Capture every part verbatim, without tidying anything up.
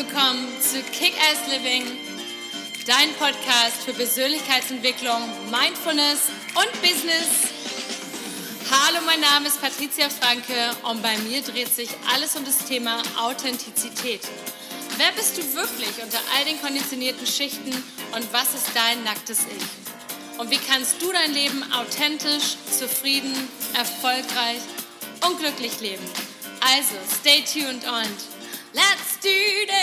willkommen zu Kick-Ass Living, dein Podcast für Persönlichkeitsentwicklung, Mindfulness und Business. Hallo, mein Name ist Patricia Franke und bei mir dreht sich alles um das Thema Authentizität. Wer bist du wirklich unter all den konditionierten Schichten und was ist dein nacktes Ich? Und wie kannst du dein Leben authentisch, zufrieden, erfolgreich und glücklich leben? Also, stay tuned und let's do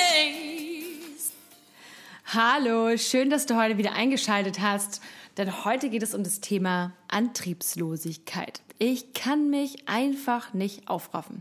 this! Hallo, schön, dass du heute wieder eingeschaltet hast, denn heute geht es um das Thema Antriebslosigkeit. Ich kann mich einfach nicht aufraffen.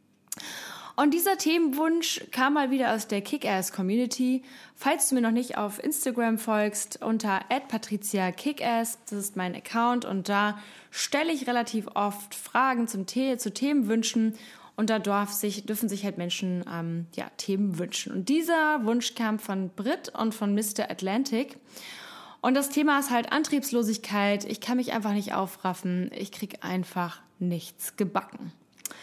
Und dieser Themenwunsch kam mal wieder aus der Kick-Ass-Community. Falls du mir noch nicht auf Instagram folgst, unter at patricia kickass, das ist mein Account, und da stelle ich relativ oft Fragen zum The- zu Themenwünschen. Und da darf sich, dürfen sich halt Menschen ähm, ja, Themen wünschen. Und dieser Wunsch kam von Brit und von Mister Atlantic. Und das Thema ist halt Antriebslosigkeit. Ich kann mich einfach nicht aufraffen. Ich kriege einfach nichts gebacken.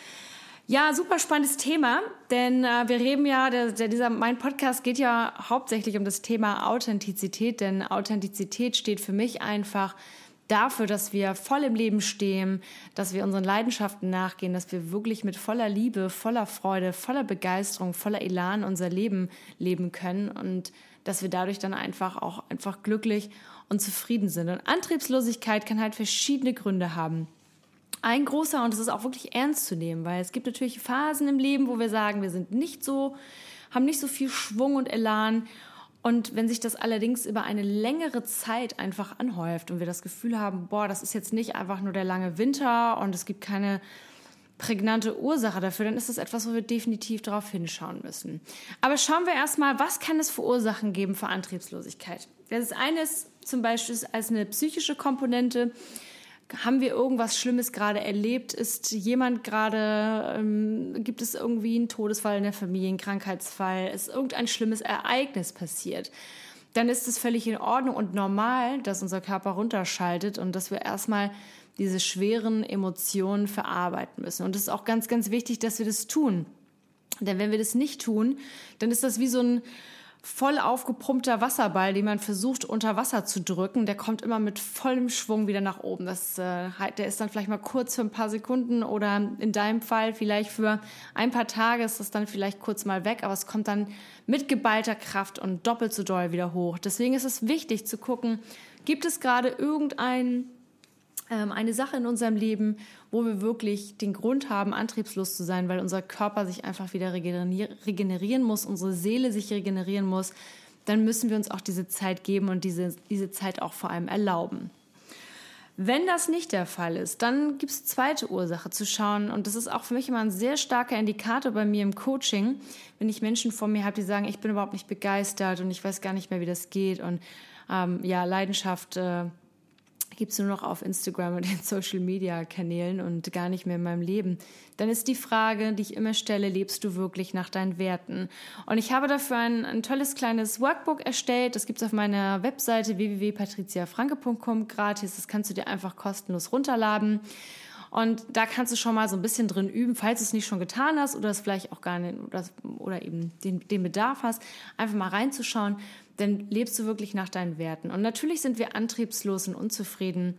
Ja, super spannendes Thema, denn äh, wir reden ja, der, der, dieser, mein Podcast geht ja hauptsächlich um das Thema Authentizität, denn Authentizität steht für mich einfach dafür, dass wir voll im Leben stehen, dass wir unseren Leidenschaften nachgehen, dass wir wirklich mit voller Liebe, voller Freude, voller Begeisterung, voller Elan unser Leben leben können und dass wir dadurch dann einfach auch einfach glücklich und zufrieden sind. Und Antriebslosigkeit kann halt verschiedene Gründe haben. Ein großer, und das ist auch wirklich ernst zu nehmen, weil es gibt natürlich Phasen im Leben, wo wir sagen, wir sind nicht so, haben nicht so viel Schwung und Elan. Und wenn sich das allerdings über eine längere Zeit einfach anhäuft und wir das Gefühl haben, boah, das ist jetzt nicht einfach nur der lange Winter und es gibt keine prägnante Ursache dafür, dann ist das etwas, wo wir definitiv darauf hinschauen müssen. Aber schauen wir erstmal, was kann es für Ursachen geben für Antriebslosigkeit? Das eine ist zum Beispiel als eine psychische Komponente. Haben wir irgendwas Schlimmes gerade erlebt? Ist jemand gerade, ähm, gibt es irgendwie einen Todesfall in der Familie, einen Krankheitsfall? Ist irgendein schlimmes Ereignis passiert? Dann ist es völlig in Ordnung und normal, dass unser Körper runterschaltet und dass wir erstmal diese schweren Emotionen verarbeiten müssen. Und es ist auch ganz, ganz wichtig, dass wir das tun. Denn wenn wir das nicht tun, dann ist das wie so ein voll aufgepumpter Wasserball, den man versucht unter Wasser zu drücken, der kommt immer mit vollem Schwung wieder nach oben. Das, äh, der ist dann vielleicht mal kurz für ein paar Sekunden oder in deinem Fall vielleicht für ein paar Tage ist das dann vielleicht kurz mal weg, aber es kommt dann mit geballter Kraft und doppelt so doll wieder hoch. Deswegen ist es wichtig zu gucken, gibt es gerade irgendein eine Sache in unserem Leben, wo wir wirklich den Grund haben, antriebslos zu sein, weil unser Körper sich einfach wieder regenerieren muss, unsere Seele sich regenerieren muss, dann müssen wir uns auch diese Zeit geben und diese, diese Zeit auch vor allem erlauben. Wenn das nicht der Fall ist, dann gibt es zweite Ursache zu schauen und das ist auch für mich immer ein sehr starker Indikator bei mir im Coaching, wenn ich Menschen vor mir habe, die sagen, ich bin überhaupt nicht begeistert und ich weiß gar nicht mehr, wie das geht und ähm, ja, Leidenschaft äh, gibt es nur noch auf Instagram und den Social-Media-Kanälen und gar nicht mehr in meinem Leben, dann ist die Frage, die ich immer stelle, lebst du wirklich nach deinen Werten? Und ich habe dafür ein, ein tolles kleines Workbook erstellt, das gibt es auf meiner Webseite w w w punkt patricia franke punkt com gratis, das kannst du dir einfach kostenlos runterladen. Und da kannst du schon mal so ein bisschen drin üben, falls du es nicht schon getan hast oder es vielleicht auch gar nicht oder, oder eben den, den Bedarf hast, einfach mal reinzuschauen, denn lebst du wirklich nach deinen Werten. Und natürlich sind wir antriebslos und unzufrieden,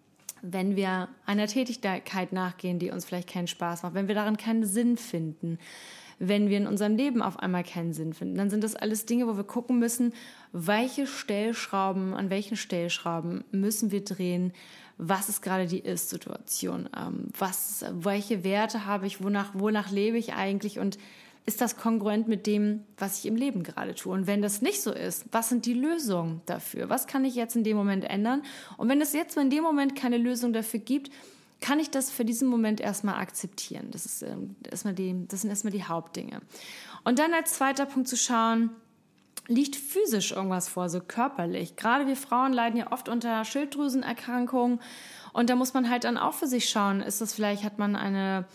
wenn wir einer Tätigkeit nachgehen, die uns vielleicht keinen Spaß macht, wenn wir darin keinen Sinn finden, wenn wir in unserem Leben auf einmal keinen Sinn finden. Dann sind das alles Dinge, wo wir gucken müssen, welche Stellschrauben, an welchen Stellschrauben müssen wir drehen, was ist gerade die Ist-Situation, ähm, was, welche Werte habe ich, wonach, wonach lebe ich eigentlich und ist das kongruent mit dem, was ich im Leben gerade tue? Und wenn das nicht so ist, was sind die Lösungen dafür? Was kann ich jetzt in dem Moment ändern? Und wenn es jetzt in dem Moment keine Lösung dafür gibt, kann ich das für diesen Moment erstmal akzeptieren. Das ist, ähm, erstmal die, das sind erstmal die Hauptdinge. Und dann als zweiter Punkt zu schauen, liegt physisch irgendwas vor, so körperlich. Gerade wir Frauen leiden ja oft unter Schilddrüsenerkrankungen und da muss man halt dann auch für sich schauen, ist das vielleicht, hat man eine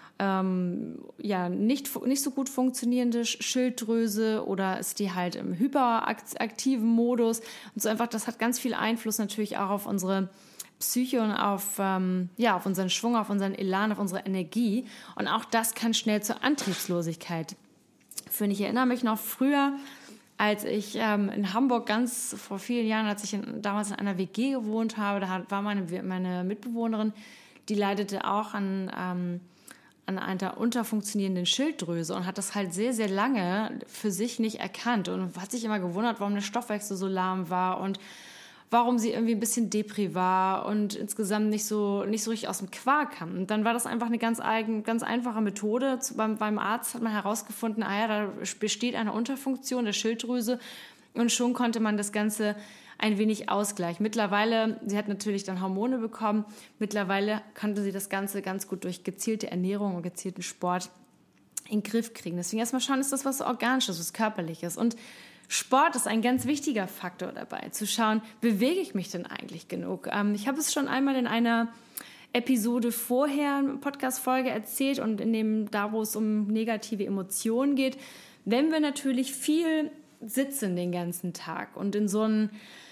ähm, ja, nicht, nicht so gut funktionierende Schilddrüse oder ist die halt im hyperaktiven Modus und so einfach, das hat ganz viel Einfluss natürlich auch auf unsere Psyche und auf, ähm, ja, auf unseren Schwung, auf unseren Elan, auf unsere Energie und auch das kann schnell zur Antriebslosigkeit führen. Ich erinnere mich noch früher, als ich ähm, in Hamburg ganz vor vielen Jahren, als ich in, damals in einer W G gewohnt habe, da war meine, meine Mitbewohnerin, die leidete auch an, ähm, an einer unterfunktionierenden Schilddrüse und hat das halt sehr, sehr lange für sich nicht erkannt und hat sich immer gewundert, warum der Stoffwechsel so lahm war und warum sie irgendwie ein bisschen depri war und insgesamt nicht so, nicht so richtig aus dem Quark kam. Und dann war das einfach eine ganz, eigen, ganz einfache Methode. Beim, beim Arzt hat man herausgefunden, ah ja, da besteht eine Unterfunktion der Schilddrüse und schon konnte man das Ganze ein wenig ausgleichen. Mittlerweile, sie hat natürlich dann Hormone bekommen, mittlerweile konnte sie das Ganze ganz gut durch gezielte Ernährung und gezielten Sport in den Griff kriegen. Deswegen erstmal schauen, ist das was Organisches, was Körperliches. Und Sport ist ein ganz wichtiger Faktor dabei, zu schauen, bewege ich mich denn eigentlich genug? Ähm, ich habe es schon einmal in einer Episode vorher, eine Podcast-Folge erzählt und in dem, da wo es um negative Emotionen geht, wenn wir natürlich viel sitzen den ganzen Tag und in so einen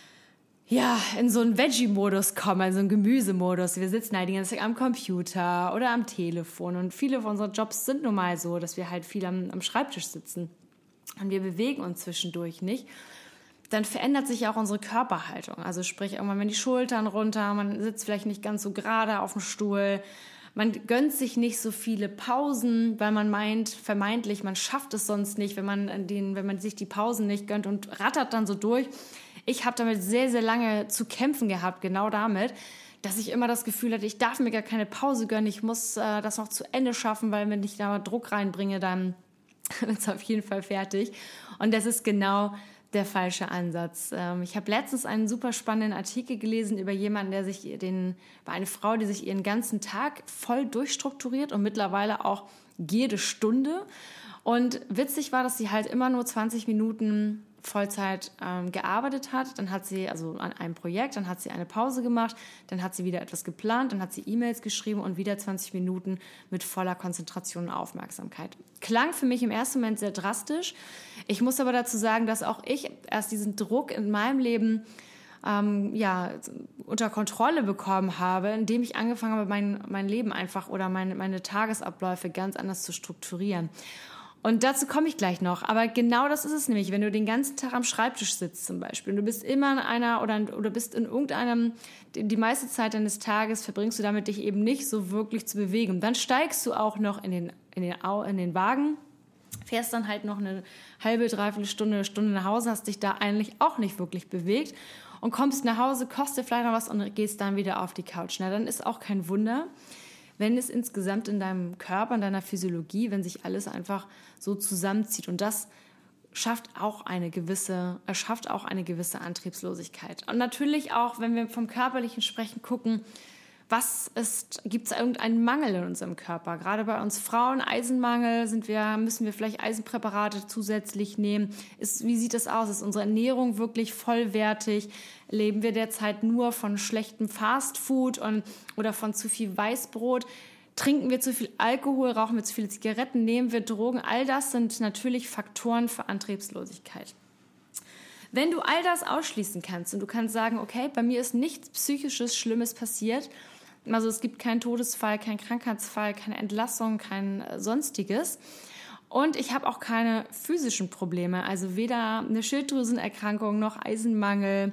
ja, in so einen Veggie-Modus kommen, also einen Gemüsemodus. Wir sitzen halt die ganze Zeit am Computer oder am Telefon und viele von unseren Jobs sind nun mal so, dass wir halt viel am, am Schreibtisch sitzen. Und wir bewegen uns zwischendurch nicht, dann verändert sich auch unsere Körperhaltung. Also sprich, irgendwann werden die Schultern runter, man sitzt vielleicht nicht ganz so gerade auf dem Stuhl, man gönnt sich nicht so viele Pausen, weil man meint, vermeintlich, man schafft es sonst nicht, wenn man, den, wenn man sich die Pausen nicht gönnt und rattert dann so durch. Ich habe damit sehr, sehr lange zu kämpfen gehabt, genau damit, dass ich immer das Gefühl hatte, ich darf mir gar keine Pause gönnen, ich muss äh, das noch zu Ende schaffen, weil wenn ich da mal Druck reinbringe, dann wird es auf jeden Fall fertig. Und das ist genau der falsche Ansatz. Ich habe letztens einen super spannenden Artikel gelesen über jemanden, der sich den, über eine Frau, die sich ihren ganzen Tag voll durchstrukturiert und mittlerweile auch jede Stunde. Und witzig war, dass sie halt immer nur zwanzig Minuten Vollzeit ähm, gearbeitet hat. Dann hat sie, also an einem Projekt, dann hat sie eine Pause gemacht, dann hat sie wieder etwas geplant, dann hat sie E-Mails geschrieben und wieder zwanzig Minuten mit voller Konzentration und Aufmerksamkeit. Klang für mich im ersten Moment sehr drastisch. Ich muss aber dazu sagen, dass auch ich erst diesen Druck in meinem Leben ähm, ja, unter Kontrolle bekommen habe, indem ich angefangen habe, mein, mein Leben einfach oder meine, meine Tagesabläufe ganz anders zu strukturieren. Und dazu komme ich gleich noch. Aber genau das ist es nämlich, wenn du den ganzen Tag am Schreibtisch sitzt zum Beispiel und du bist immer in einer oder, oder bist in irgendeinem, die meiste Zeit deines Tages verbringst du damit, dich eben nicht so wirklich zu bewegen. Dann steigst du auch noch in den, in den, in den Wagen, fährst dann halt noch eine halbe, dreiviertel Stunde, eine Stunde nach Hause, hast dich da eigentlich auch nicht wirklich bewegt und kommst nach Hause, kochst dir vielleicht noch was und gehst dann wieder auf die Couch. Na, dann ist auch kein Wunder, wenn es insgesamt in deinem Körper, in deiner Physiologie, wenn sich alles einfach so zusammenzieht. Und das schafft auch eine gewisse, erschafft auch eine gewisse Antriebslosigkeit. Und natürlich auch, wenn wir vom Körperlichen sprechen, gucken, was ist, gibt es irgendeinen Mangel in unserem Körper? Gerade bei uns Frauen, Eisenmangel, sind wir, müssen wir vielleicht Eisenpräparate zusätzlich nehmen? Ist, wie sieht das aus? Ist unsere Ernährung wirklich vollwertig? Leben wir derzeit nur von schlechtem Fastfood und, oder von zu viel Weißbrot? Trinken wir zu viel Alkohol? Rauchen wir zu viele Zigaretten? Nehmen wir Drogen? All das sind natürlich Faktoren für Antriebslosigkeit. Wenn du all das ausschließen kannst und du kannst sagen, okay, bei mir ist nichts Psychisches Schlimmes passiert, also es gibt keinen Todesfall, keinen Krankheitsfall, keine Entlassung, kein Sonstiges. Und ich habe auch keine physischen Probleme, also weder eine Schilddrüsenerkrankung noch Eisenmangel,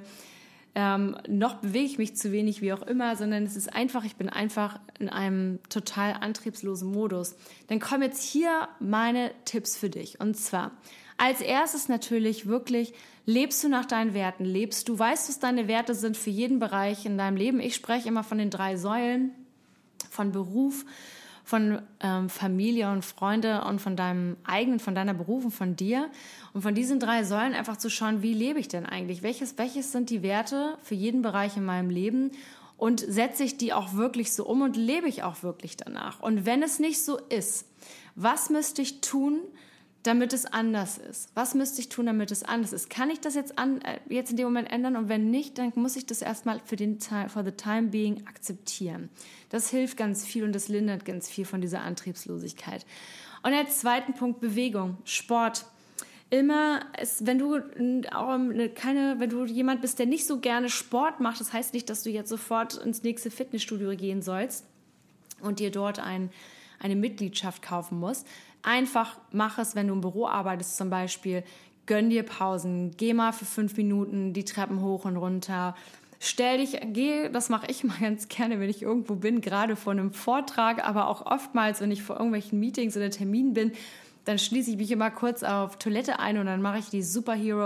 ähm, noch bewege ich mich zu wenig, wie auch immer, sondern es ist einfach, ich bin einfach in einem total antriebslosen Modus. Dann kommen jetzt hier meine Tipps für dich. Und zwar als erstes natürlich wirklich, lebst du nach deinen Werten? Lebst du, weißt du, was deine Werte sind für jeden Bereich in deinem Leben? Ich spreche immer von den drei Säulen, von Beruf, von ähm, Familie und Freunde und von deinem eigenen, von deiner Berufung, von dir. Und von diesen drei Säulen einfach zu schauen, wie lebe ich denn eigentlich? Welches, welches sind die Werte für jeden Bereich in meinem Leben? Und setze ich die auch wirklich so um und lebe ich auch wirklich danach? Und wenn es nicht so ist, was müsste ich tun, damit es anders ist? Was müsste ich tun, damit es anders ist? Kann ich das jetzt, an, äh, jetzt in dem Moment ändern? Und wenn nicht, dann muss ich das erstmal für den for the time being akzeptieren. Das hilft ganz viel und das lindert ganz viel von dieser Antriebslosigkeit. Und als zweiten Punkt Bewegung, Sport. Immer, ist, wenn du auch keine, wenn du jemand bist, der nicht so gerne Sport macht, das heißt nicht, dass du jetzt sofort ins nächste Fitnessstudio gehen sollst und dir dort ein eine Mitgliedschaft kaufen musst. Einfach mach es, wenn du im Büro arbeitest zum Beispiel. Gönn dir Pausen, geh mal für fünf Minuten die Treppen hoch und runter. Stell dich, geh, das mache ich mal ganz gerne, wenn ich irgendwo bin, gerade vor einem Vortrag, aber auch oftmals, wenn ich vor irgendwelchen Meetings oder Terminen bin, dann schließe ich mich immer kurz auf Toilette ein und dann mache ich die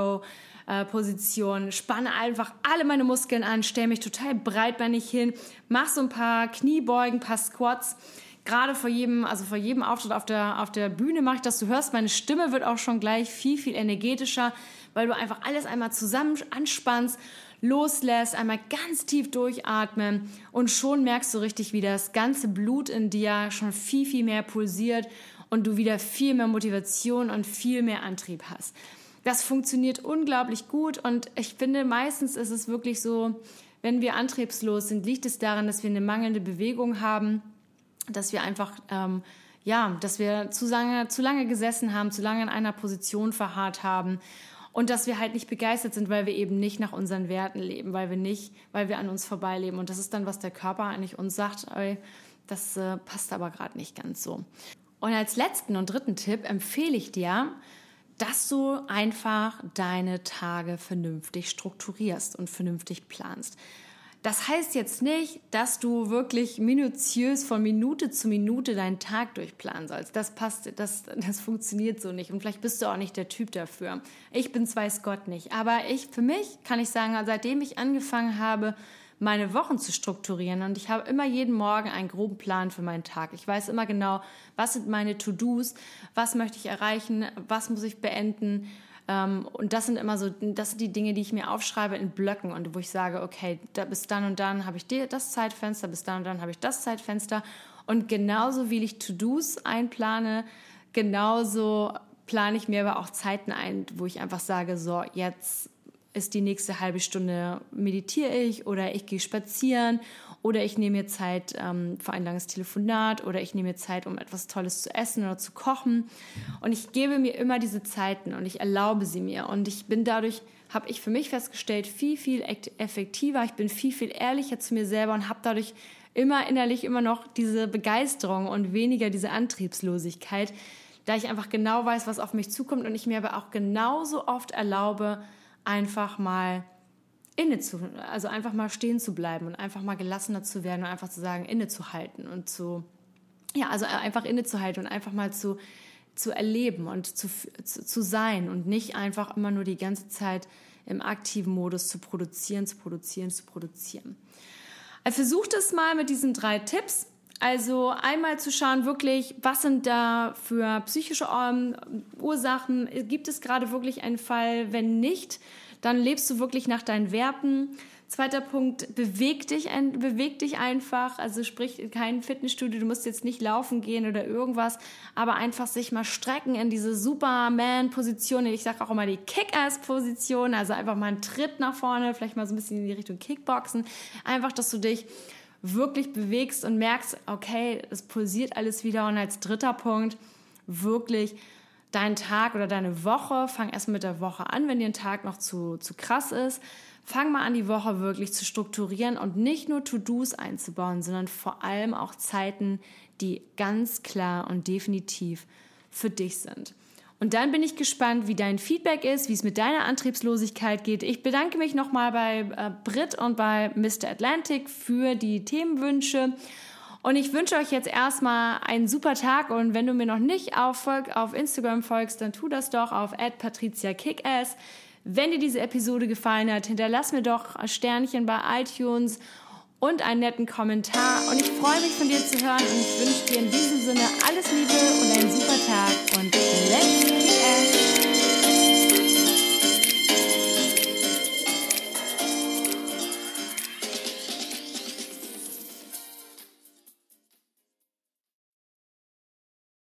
Superhero-Position, spanne einfach alle meine Muskeln an, stelle mich total breitbeinig hin, mache so ein paar Kniebeugen, ein paar Squats. Gerade vor jedem, also vor jedem Auftritt auf der, auf der Bühne mache ich das. Du hörst, meine Stimme wird auch schon gleich viel, viel energetischer, weil du einfach alles einmal zusammen anspannst, loslässt, einmal ganz tief durchatmen und schon merkst du richtig, wie das ganze Blut in dir schon viel, viel mehr pulsiert und du wieder viel mehr Motivation und viel mehr Antrieb hast. Das funktioniert unglaublich gut und ich finde, meistens ist es wirklich so, wenn wir antriebslos sind, liegt es daran, dass wir eine mangelnde Bewegung haben, dass wir einfach, ähm, ja, dass wir zu lange, zu lange gesessen haben, zu lange in einer Position verharrt haben und dass wir halt nicht begeistert sind, weil wir eben nicht nach unseren Werten leben, weil wir nicht, weil wir an uns vorbeileben. Und das ist dann, was der Körper eigentlich uns sagt, ey, das äh, passt aber gerade nicht ganz so. Und als letzten und dritten Tipp empfehle ich dir, dass du einfach deine Tage vernünftig strukturierst und vernünftig planst. Das heißt jetzt nicht, dass du wirklich minutiös von Minute zu Minute deinen Tag durchplanen sollst. Das passt, das, das funktioniert so nicht. Und vielleicht bist du auch nicht der Typ dafür. Ich bin's, weiß Gott nicht. Aber ich, für mich kann ich sagen, seitdem ich angefangen habe, meine Wochen zu strukturieren und ich habe immer jeden Morgen einen groben Plan für meinen Tag. Ich weiß immer genau, was sind meine To-Dos, was möchte ich erreichen, was muss ich beenden. Und das sind immer so, das sind die Dinge, die ich mir aufschreibe in Blöcken und wo ich sage, okay, da, bis dann und dann habe ich das Zeitfenster, bis dann und dann habe ich das Zeitfenster. Und genauso wie ich To-Dos einplane, genauso plane ich mir aber auch Zeiten ein, wo ich einfach sage, so, jetzt ist die nächste halbe Stunde meditiere ich oder ich gehe spazieren oder ich nehme mir Zeit ähm, für ein langes Telefonat oder ich nehme mir Zeit, um etwas Tolles zu essen oder zu kochen. Und ich gebe mir immer diese Zeiten und ich erlaube sie mir. Und ich bin dadurch, habe ich für mich festgestellt, viel, viel effektiver. Ich bin viel, viel ehrlicher zu mir selber und habe dadurch immer innerlich immer noch diese Begeisterung und weniger diese Antriebslosigkeit, da ich einfach genau weiß, was auf mich zukommt und ich mir aber auch genauso oft erlaube, einfach mal inne zu, also einfach mal stehen zu bleiben und einfach mal gelassener zu werden und einfach zu sagen, innezuhalten und zu, ja, also einfach innezuhalten und einfach mal zu, zu erleben und zu, zu, zu sein und nicht einfach immer nur die ganze Zeit im aktiven Modus zu produzieren, zu produzieren, zu produzieren. Also versucht es mal mit diesen drei Tipps. Also einmal zu schauen, wirklich, was sind da für psychische ähm, Ursachen? Gibt es gerade wirklich einen Fall? Wenn nicht, dann lebst du wirklich nach deinen Werten. Zweiter Punkt, beweg dich, ein, beweg dich einfach. Also sprich, kein Fitnessstudio, du musst jetzt nicht laufen gehen oder irgendwas, aber einfach sich mal strecken in diese Superman-Position. Ich sage auch immer die Kick-Ass-Position, also einfach mal einen Tritt nach vorne, vielleicht mal so ein bisschen in die Richtung Kickboxen. Einfach, dass du dich wirklich bewegst und merkst, okay, es pulsiert alles wieder. Und als dritter Punkt, wirklich deinen Tag oder deine Woche, fang erst mit der Woche an, wenn dir ein Tag noch zu, zu krass ist. Fang mal an, die Woche wirklich zu strukturieren und nicht nur To-Dos einzubauen, sondern vor allem auch Zeiten, die ganz klar und definitiv für dich sind. Und dann bin ich gespannt, wie dein Feedback ist, wie es mit deiner Antriebslosigkeit geht. Ich bedanke mich nochmal bei äh, Britt und bei Mister Atlantic für die Themenwünsche. Und ich wünsche euch jetzt erstmal einen super Tag. Und wenn du mir noch nicht auf, auf Instagram folgst, dann tu das doch auf at patricia kickass. Wenn dir diese Episode gefallen hat, hinterlass mir doch ein Sternchen bei iTunes und einen netten Kommentar. Und ich freue mich, von dir zu hören. Und ich wünsche dir in diesem Sinne alles Liebe